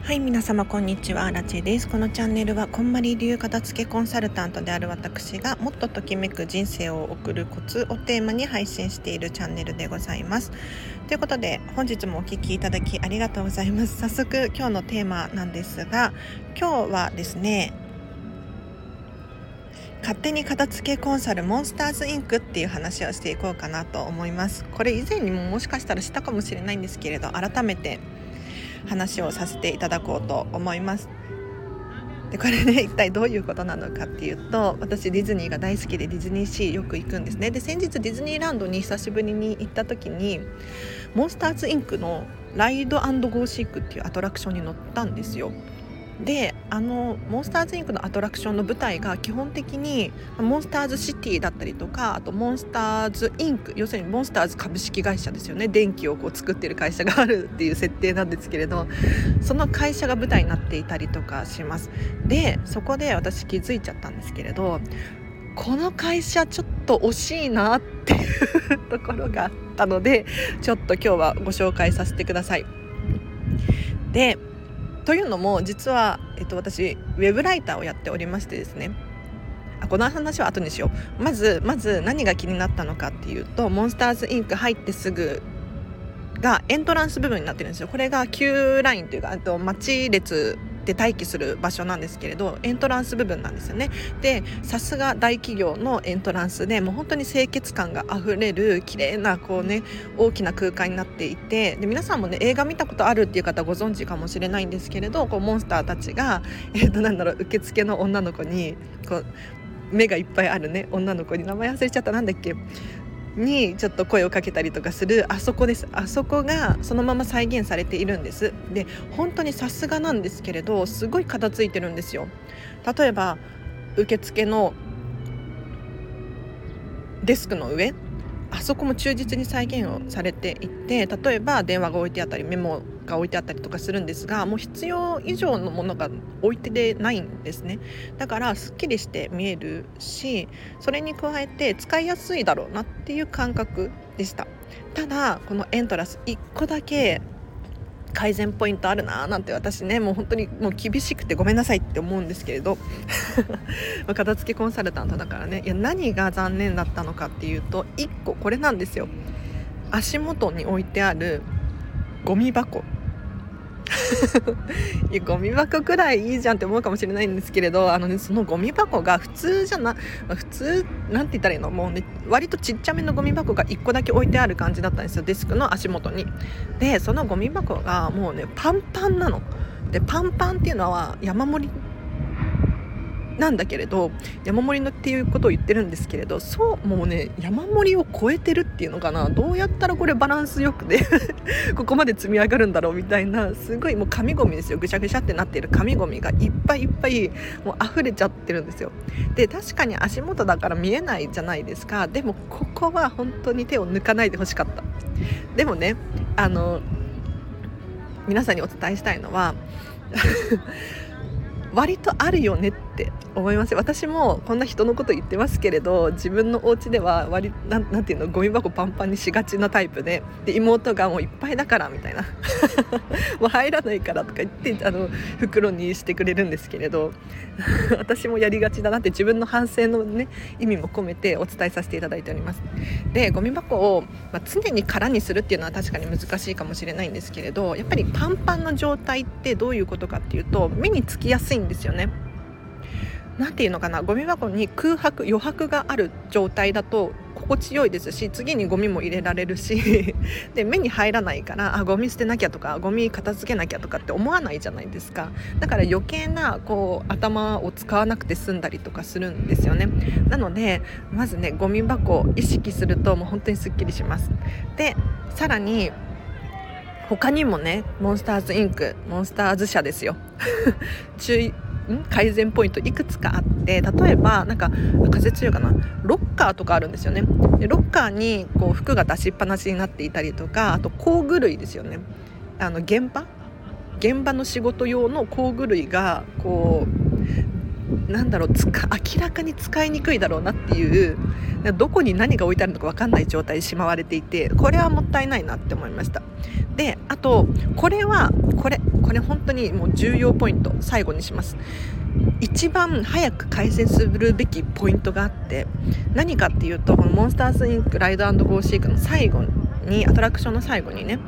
はい、皆様こんにちは、ラチェです。このチャンネルはこんまり流片付けコンサルタントである私がもっとときめく人生を送るコツをテーマに配信しているチャンネルでございます。ということで本日もお聞きいただきありがとうございます。早速今日のテーマなんですが、今日はですね、勝手に片付けコンサルモンスターズインクっていう話をしていこうかなと思います。これ以前にももしかしたらしたかもしれないんですけれど、改めて話をさせていただこうと思います。でこれね、一体どういうことなのかっていうと、私ディズニーが大好きでディズニーシーよく行くんですね。で先日ディズニーランドに久しぶりに行った時にモンスターズインクのライド&ゴーシークっていうアトラクションに乗ったんですよ。でモンスターズインクのアトラクションの舞台が基本的にモンスターズシティだったりとか、あとモンスターズインク、要するにモンスターズ株式会社ですよね。電気を作ってる会社があるっていう設定なんですけれど、その会社が舞台になっていたりとかします。でそこで私気づいちゃったんですけれど、この会社ちょっと惜しいなっていうところがあったので、ちょっと今日はご紹介させてください。でというのも実は、私ウェブライターをやっておりましてですね、この話は後にしよう。まず何が気になったのかっていうと、モンスターズインク入ってすぐがエントランス部分になってるんですよ。これが Q ラインというか待ち列で待機する場所なんですけれど、エントランス部分なんですよね。でさすが大企業のエントランスで、もう本当に清潔感があふれる綺麗な大きな空間になっていて、で皆さんもね映画見たことあるっていう方ご存知かもしれないんですけれど、モンスターたちが受付の女の子に目がいっぱいあるね女の子に、名前忘れちゃった、なんだっけにちょっと声をかけたりとかするあそこです。あそこがそのまま再現されているんです。で本当にさすがなんですけれど、すごい片付いてるんですよ。例えば受付のデスクの上、あそこも忠実に再現をされていて、例えば電話が置いてあったりメモが置いてあったりとかするんですが、もう必要以上のものが置いてないんですね。だからすっきりして見えるし、それに加えて使いやすいだろうなっていう感覚でした。ただこのエントラス1個だけ改善ポイントあるななんて、私ねもう本当にもう厳しくてごめんなさいって思うんですけれど片付けコンサルタントだからね、何が残念だったのかっていうと、1個これなんですよ。足元に置いてあるゴミ箱いやゴミ箱くらいいいじゃんって思うかもしれないんですけれど、そのゴミ箱が普通なんて言ったらいいの、もうね割とちっちゃめのゴミ箱が1個だけ置いてある感じだったんですよ、デスクの足元に。でそのゴミ箱がもうねパンパンなので、パンパンっていうのは山盛りなんだけれど、山盛りのっていうことを言ってるんですけれど、もうね山盛りを超えてるっていうのかな、どうやったらこれバランスよくでここまで積み上がるんだろうみたいな、すごいもう紙ゴミですよ。ぐしゃぐしゃってなっている紙ゴミがいっぱいいっぱいもう溢れちゃってるんですよ。で確かに足元だから見えないじゃないですか。でもここは本当に手を抜かないでほしかった。でもね皆さんにお伝えしたいのは割とあるよねって思います。私もこんな人のこと言ってますけれど、自分のお家ではなんていうの、ゴミ箱パンパンにしがちなタイプで、妹がもういっぱいだからみたいなもう入らないからとか言って袋にしてくれるんですけれど私もやりがちだなって自分の反省のね意味も込めてお伝えさせていただいております。でゴミ箱を、常に空にするっていうのは確かに難しいかもしれないんですけれど、やっぱりパンパンの状態ってどういうことかっていうと、目につきやすいんですよね。なんていうのかな、ゴミ箱に余白がある状態だと心地よいですし、次にゴミも入れられるしで目に入らないから、ゴミ捨てなきゃとかゴミ片付けなきゃとかって思わないじゃないですか。だから余計な頭を使わなくて済んだりとかするんですよね。なのでまずねゴミ箱を意識するともう本当にすっきりします。でさらに他にもねモンスターズインク、モンスターズ社ですよ改善ポイントいくつかあって、例えば風強いかな、ロッカーとかあるんですよね。でロッカーに服が出しっぱなしになっていたりとか、あと工具類ですよね。現場の仕事用の工具類が明らかに使いにくいだろうなっていう、どこに何が置いてあるのか分かんない状態でしまわれていて、これはもったいないなって思いました。であとこれ本当にもう重要ポイント、最後にします。一番早く改善するべきポイントがあって、何かっていうと、このモンスターズインクライド&ゴーシークの最後に、アトラクションの最後にね、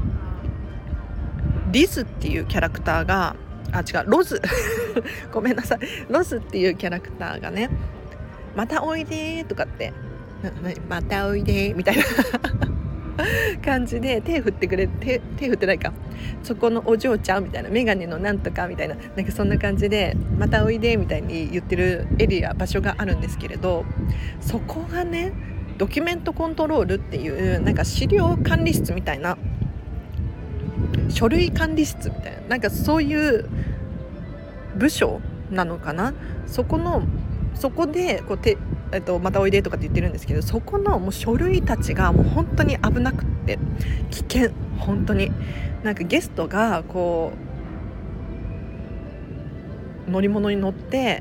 リズっていうキャラクターがロズごめんなさい、ロズっていうキャラクターがね、またおいでとかってまたおいでみたいな感じで手振ってくれる、手振ってないか、そこのお嬢ちゃんみたいな、メガネのなんとかみたいな、なんかそんな感じでまたおいでみたいに言ってる場所があるんですけれど、そこがね、ドキュメントコントロールっていうなんか資料管理室みたいな、書類管理室みたいな、なんかそういう部署なのかな。そこでこうまたおいでとかって言ってるんですけど、そこのもう書類たちがもう本当に危なくって危険、本当になんかゲストがこう乗り物に乗って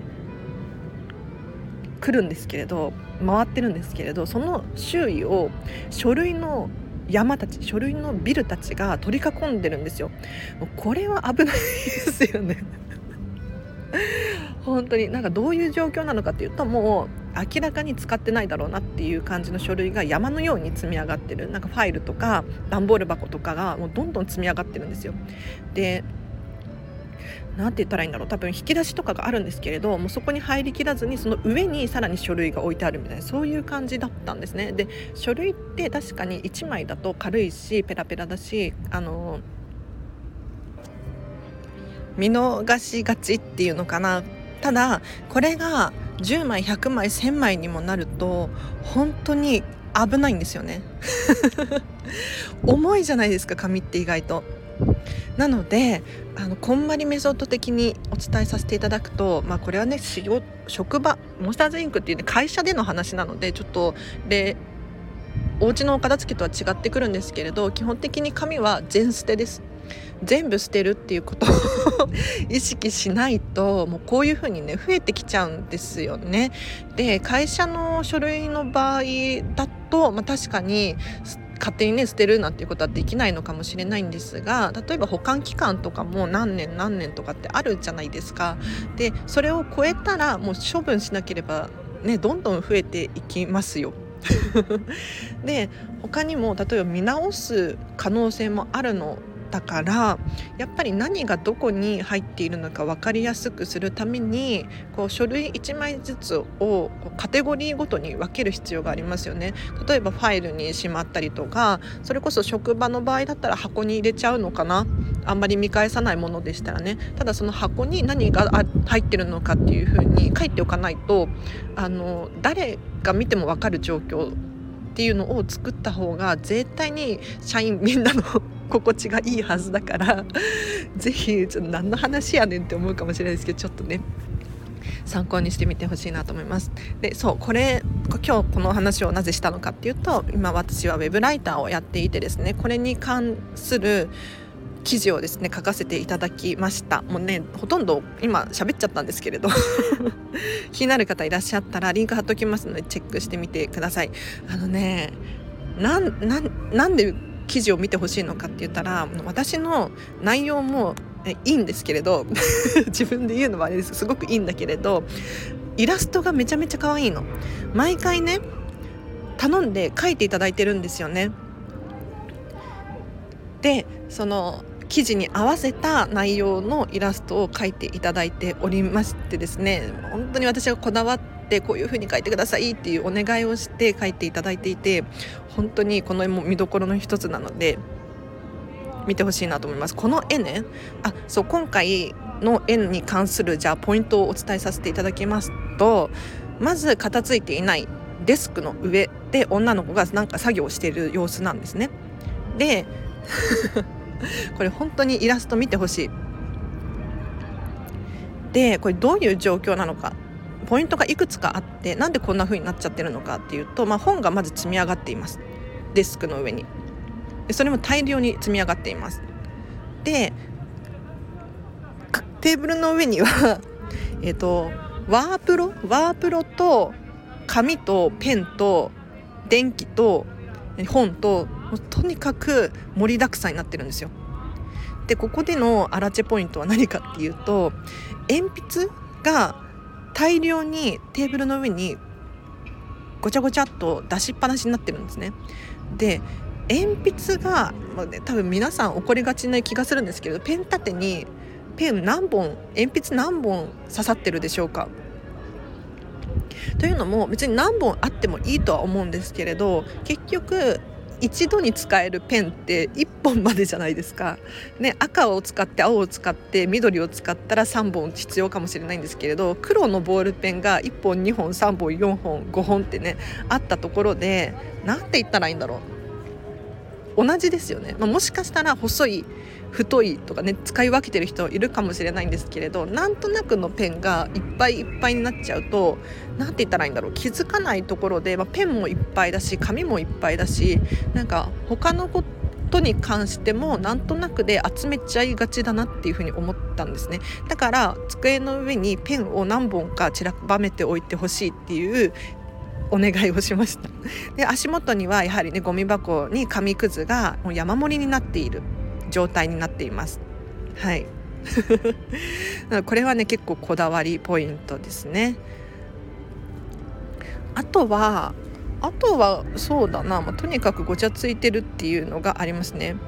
来るんですけれど、回ってるんですけれど、その周囲を書類の山たち、書類のビルたちが取り囲んでるんですよ。もうこれは危ないですよね本当になんかどういう状況なのかっていうと、もう明らかに使ってないだろうなっていう感じの書類が山のように積み上がってる、なんかファイルとか段ボール箱とかがもうどんどん積み上がってるんですよ。でなんて言ったらいいんだろう、多分引き出しとかがあるんですけれども、そこに入りきらずにその上にさらに書類が置いてあるみたいな、そういう感じだったんですね。で書類って確かに1枚だと軽いしペラペラだし、見逃しがちっていうのかな。ただこれが10枚100枚1000枚にもなると本当に危ないんですよね重いじゃないですか、紙って意外と。なのでこんまりメソッド的にお伝えさせていただくと、これはね、職場モンスターズインクっていう、ね、会社での話なので、ちょっとお家のお片付けとは違ってくるんですけれど、基本的に紙は全捨てです。全部捨てるっていうことを意識しないと、もうこういう風にね増えてきちゃうんですよね。で会社の書類の場合だと、確かに勝手にね捨てるなんていうことはできないのかもしれないんですが、例えば保管期間とかも何年とかってあるじゃないですか。でそれを超えたらもう処分しなければね、どんどん増えていきますよで他にも例えば見直す可能性もあるのだから、やっぱり何がどこに入っているのか分かりやすくするために、こう書類1枚ずつをカテゴリーごとに分ける必要がありますよね。例えばファイルにしまったりとか、それこそ職場の場合だったら箱に入れちゃうのかな、あんまり見返さないものでしたらね。ただその箱に何が入ってるのかっていう風に書いておかないと、誰が見ても分かる状況っていうのを作った方が絶対に社員みんなの心地がいいはずだからぜひちょっと何の話やねんって思うかもしれないですけど、ちょっとね参考にしてみてほしいなと思います。で今日この話をなぜしたのかっていうと、今私はウェブライターをやっていてですね、これに関する記事をですね書かせていただきました。もうねほとんど今喋っちゃったんですけれど気になる方いらっしゃったらリンク貼っときますのでチェックしてみてください。なんで記事を見てほしいのかって言ったら、私の内容もいいんですけれど自分で言うのはあれです、すごくいいんだけれど、イラストがめちゃめちゃ可愛いの。毎回ね頼んで描いていただいてるんですよね。でその記事に合わせた内容のイラストを描いていただいておりましてですね、本当に私がこだわってこういう風に描いてくださいっていうお願いをして描いていただいていて、本当にこの絵も見どころの一つなので見てほしいなと思います。この絵ね、今回の絵に関するじゃあポイントをお伝えさせていただきますと、まず片付いていないデスクの上で女の子がなんか作業している様子なんですね。でこれ本当にイラスト見てほしい。でこれどういう状況なのか、ポイントがいくつかあって、なんでこんな風になっちゃってるのかっていうと、本がまず積み上がっています、デスクの上に。でそれも大量に積み上がっています。でテーブルの上にはワープロと紙とペンと電気と本ととにかく盛りだくさんになってるんですよ。でここでのアラチェポイントは何かっていうと、鉛筆が大量にテーブルの上にごちゃごちゃっと出しっぱなしになってるんですね。で鉛筆が、多分皆さん怒りがちな気がするんですけど、ペン立てに鉛筆何本刺さってるでしょうか。というのも別に何本あってもいいとは思うんですけれど、結局一度に使えるペンって1本までじゃないですか、ね、赤を使って青を使って緑を使ったら3本必要かもしれないんですけれど、黒のボールペンが1本2本3本4本5本ってねあったところで、なんて言ったらいいんだろう、同じですよね。もしかしたら細い太いとかね使い分けてる人いるかもしれないんですけれど、なんとなくのペンがいっぱいいっぱいになっちゃうと、なんて言ったらいいんだろう、気づかないところで、ペンもいっぱいだし紙もいっぱいだし、なんか他のことに関してもなんとなくで集めちゃいがちだなっていうふうに思ったんですね。だから机の上にペンを何本か散らばめておいてほしいっていうお願いをしました。で足元にはやはりねゴミ箱に紙くずがもう山盛りになっている状態になっています。はいこれはね結構こだわりポイントですね。あとはそうだな、とにかくごちゃついてるっていうのがありますね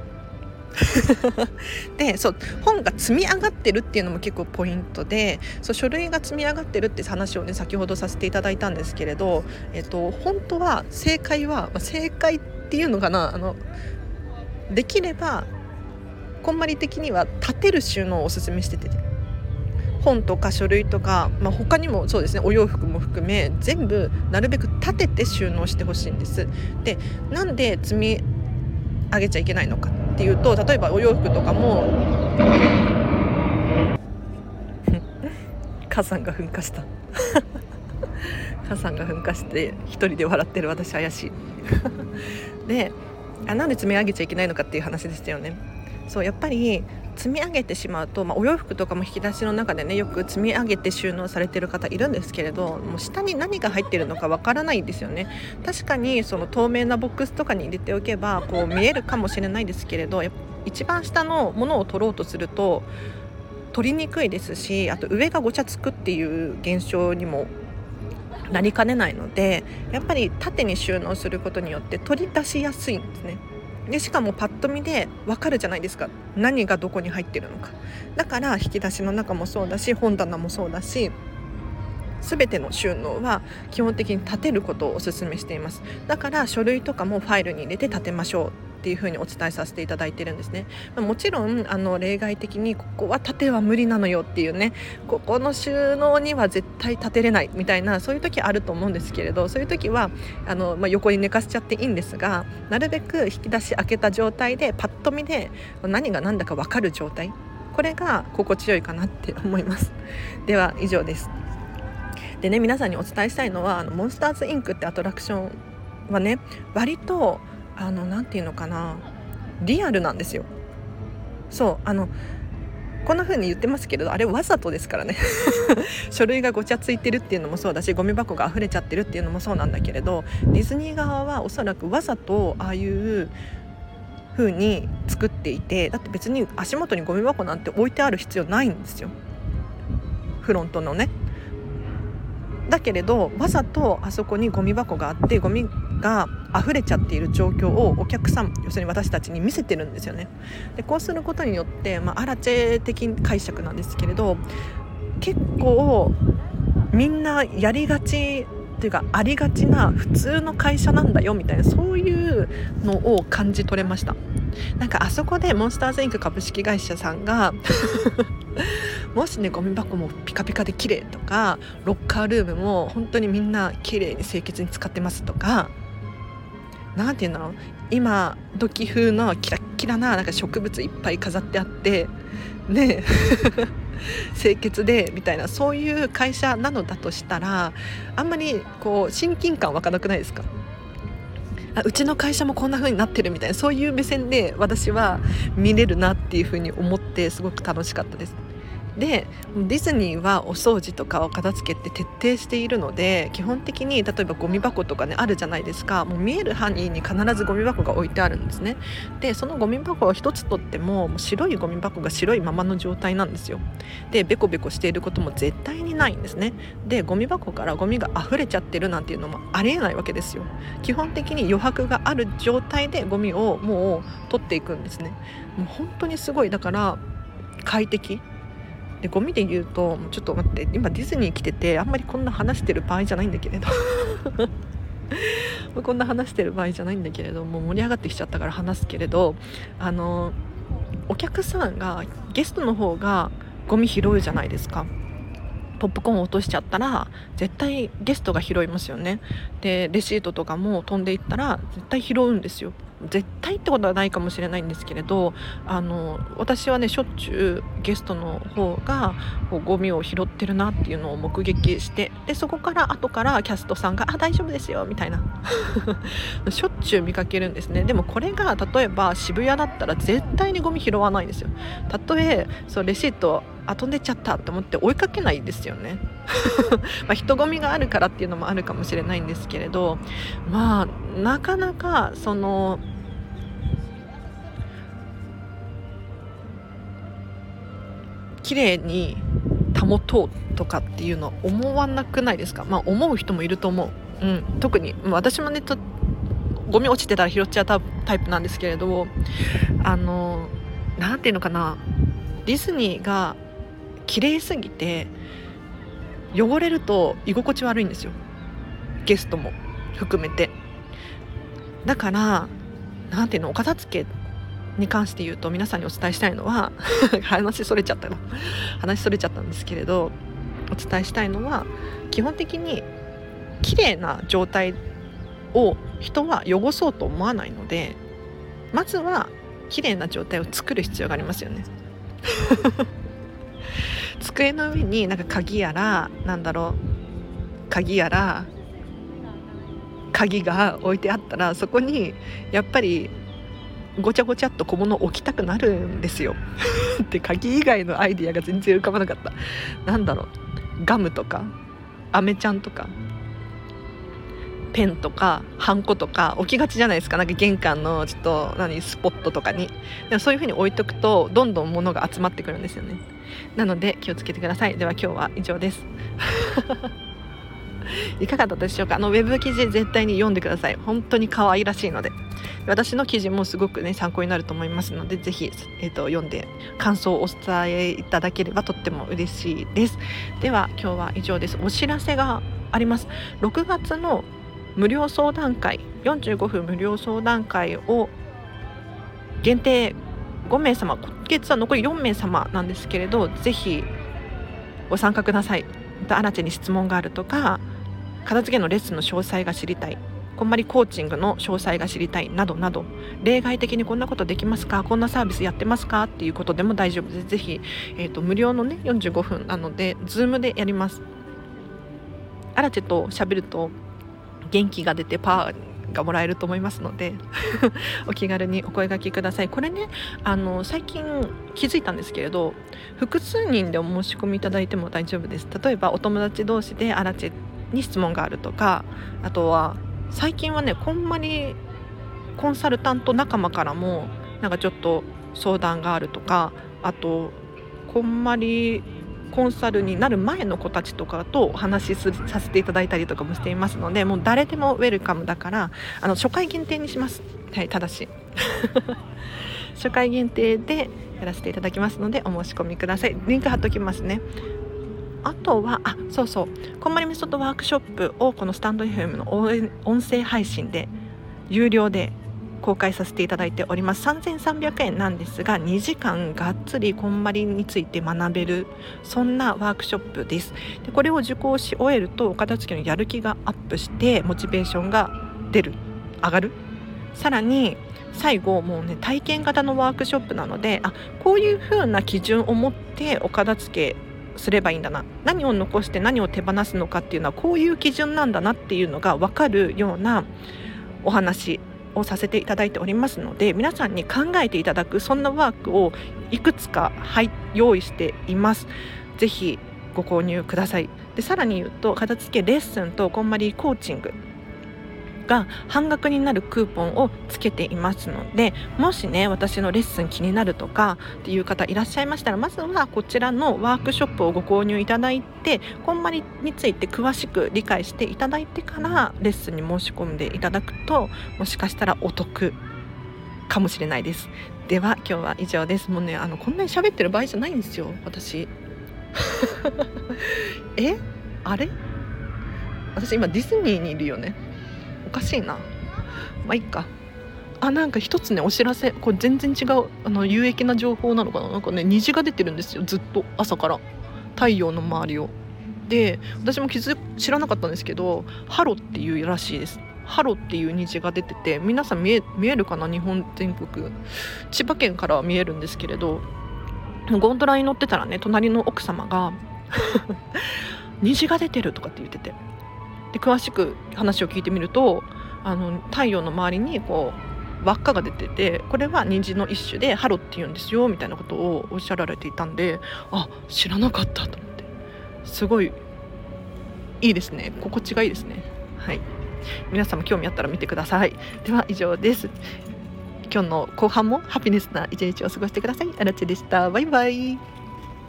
で本が積み上がってるっていうのも結構ポイントで、書類が積み上がってるって話をね先ほどさせていただいたんですけれど、本当は正解っていうのかな、できればこんまり的には立てる収納をおすすめしてて、本とか書類とか、他にもそうですね、お洋服も含め全部なるべく立てて収納してほしいんです。でなんで積み上げちゃいけないのかっていうと、例えばお洋服とかも火山が噴火した火山が噴火して一人で笑ってる私怪しいでなんで積み上げちゃいけないのかっていう話ですよね。やっぱり積み上げてしまうと、お洋服とかも引き出しの中でねよく積み上げて収納されている方いるんですけれど、もう下に何が入っているのかわからないんですよね。確かに透明なボックスとかに入れておけば見えるかもしれないですけれど、一番下のものを取ろうとすると取りにくいですし、あと上がごちゃつくっていう現象にもなりかねないので、やっぱり縦に収納することによって取り出しやすいんですね。でしかもパッと見で分かるじゃないですか、何がどこに入ってるのか。だから引き出しの中もそうだし本棚もそうだし、全ての収納は基本的に立てることをお勧めしています。だから書類とかもファイルに入れて立てましょうっていうふうにお伝えさせていただいてるんですね。もちろん例外的にここは縦は無理なのよっていうね、ここの収納には絶対立てれないみたいな、そういう時あると思うんですけれど、そういう時は横に寝かせちゃっていいんですが、なるべく引き出し開けた状態でパッと見で何が何だか分かる状態、これが心地よいかなって思います。では以上です。でね、皆さんにお伝えしたいのはモンスターズインクってアトラクションはね、割となんていうのかな、リアルなんですよ。こんな風に言ってますけれど、あれわざとですからね書類がごちゃついてるっていうのもそうだし、ゴミ箱が溢れちゃってるっていうのもそうなんだけれど、ディズニー側はおそらくわざとああいう風に作っていて、だって別に足元にゴミ箱なんて置いてある必要ないんですよ、フロントのね。だけれどわざとあそこにゴミ箱があってゴミが溢れちゃっている状況をお客さん、要するに私たちに見せてるんですよね。でこうすることによって、アラチェ的解釈なんですけれど、結構みんなやりがちというかありがちな普通の会社なんだよみたいな、そういうのを感じ取れました。なんかあそこでモンスターズインク株式会社さんがもしねゴミ箱もピカピカで綺麗とか、ロッカールームも本当にみんな綺麗に清潔に使ってますとか、なんていうの、今時風のキラッキラな、なんか植物いっぱい飾ってあってね清潔でみたいな、そういう会社なのだとしたら、あんまり親近感湧かなくないですか。うちの会社もこんな風になってるみたいな、そういう目線で私は見れるなっていう風に思って、すごく楽しかったです。 でディズニーはお掃除とかお片付けって徹底しているので、基本的に例えばゴミ箱とかねあるじゃないですか。もう見える範囲に必ずゴミ箱が置いてあるんですね。でそのゴミ箱を一つ取っても白いゴミ箱が白いままの状態なんですよ。でベコベコしていることも絶対にないんですね。でゴミ箱からゴミが溢れちゃってるなんていうのもありえないわけですよ。基本的に余白がある状態でゴミをもう取っていくんですね。もう本当にすごい、だから快適で、ゴミで言うとちょっと待って、今ディズニー来ててあんまりこんな話してる場合じゃないんだけれどこんな話してる場合じゃないんだけれども、盛り上がってきちゃったから話すけれど、お客さんがゲストの方がゴミ拾うじゃないですか。ポップコーンを落としちゃったら絶対ゲストが拾いますよね。でレシートとかも飛んでいったら絶対拾うんですよ。絶対ってことはないかもしれないんですけれど、私はねしょっちゅうゲストの方がこうゴミを拾ってるなっていうのを目撃して、でそこから後からキャストさんが大丈夫ですよみたいなしょっちゅう見かけるんですね。でもこれが例えば渋谷だったら絶対にゴミ拾わないんですよ。たとえそうレシート飛んでっちゃったと思って追いかけないですよね人混みがあるからっていうのもあるかもしれないんですけれど、なかなかその綺麗に保とうとかっていうのは思わなくないですか。思う人もいると思う、特に私もねゴミ落ちてたら拾っちゃうタイプなんですけれど、なんていうのかな、ディズニーが綺麗すぎて汚れると居心地悪いんですよ、ゲストも含めて。だからなんていうの、お片付けに関して言うと皆さんにお伝えしたいのは話それちゃったんですけれど、お伝えしたいのは基本的に綺麗な状態を人は汚そうと思わないので、まずは綺麗な状態を作る必要がありますよね机の上になんか鍵が置いてあったら、そこにやっぱりごちゃごちゃっと小物を置きたくなるんですよで鍵以外のアイディアが全然浮かばなかった。ガムとかアメちゃんとかペンとかハンコとか置きがちじゃないですか。なんか玄関のちょっとスポットとかに。でもそういう風に置いとくとどんどん物が集まってくるんですよね。なので気をつけてください。では今日は以上ですいかがだったでしょうか。ウェブ記事絶対に読んでください。本当に可愛らしいので、私の記事もすごくね参考になると思いますので、ぜひ、読んで感想をお伝えいただければとっても嬉しいです。では今日は以上です。お知らせがあります。6月の無料相談会、45分無料相談会を限定5名様、今月は残り4名様なんですけれど、ぜひご参加ください。アラチェに質問があるとか、片付けのレッスンの詳細が知りたい、こんまりコーチングの詳細が知りたいなどなど、例外的にこんなことできますか、こんなサービスやってますかっていうことでも大丈夫です。ぜひ、無料のね45分なので Zoom でやります。アラチェと喋ると元気が出てパワーがもらえると思いますのでお気軽にお声掛けください。これね最近気づいたんですけれど、複数人でお申し込みいただいても大丈夫です。例えばお友達同士でアラチェに質問があるとか、あとは最近はねこんまりコンサルタント仲間からもなんかちょっと相談があるとか、あとこんまりコンサルになる前の子たちとかとお話しさせていただいたりとかもしていますので、もう誰でもウェルカムだから初回限定にします。はい、ただし初回限定でやらせていただきますのでお申し込みください。リンク貼っときますね。あとはこんまりメソッドワークショップをこのスタンド FM の音声配信で有料で公開させていただいております。3300円なんですが、2時間がっつりこんまりについて学べる、そんなワークショップです。でこれを受講し終えるとお片付けのやる気がアップしてモチベーションが上がる。さらに最後もうね体験型のワークショップなので、こういう風な基準を持ってお片付けすればいいんだな、何を残して何を手放すのかっていうのはこういう基準なんだなっていうのが分かるようなお話をさせていただいておりますので、皆さんに考えていただくそんなワークをいくつか、用意しています。ぜひご購入ください。でさらに言うと、片付けレッスンとこんまりコーチングが半額になるクーポンをつけていますので、もしね私のレッスン気になるとかっていう方いらっしゃいましたら、まずはこちらのワークショップをご購入いただいて、こんまりについて詳しく理解していただいてからレッスンに申し込んでいただくと、もしかしたらお得かもしれないです。では今日は以上です。もうねこんなに喋ってる場合じゃないんですよ私あれ私今ディズニーにいるよね。おかしいな。まあいいか。なんか一つねお知らせ、これ全然違う有益な情報なのかな。なんかね虹が出てるんですよ、ずっと朝から太陽の周りを。で私も知らなかったんですけど、ハロっていうらしいです。ハロっていう虹が出てて、皆さん見えるかな。日本全国千葉県からは見えるんですけれど、ゴンドラに乗ってたらね、隣の奥様が虹が出てるとかって言ってて、で詳しく話を聞いてみると、太陽の周りにこう輪っかが出てて、これは虹の一種でハロって言うんですよみたいなことをおっしゃられていたんで、知らなかったと思って、すごいいいですね。心地がいいですね。はい、皆さんも興味あったら見てください。では以上です。今日の後半もハピネスな一日を過ごしてください。あらちでした。バイバイ。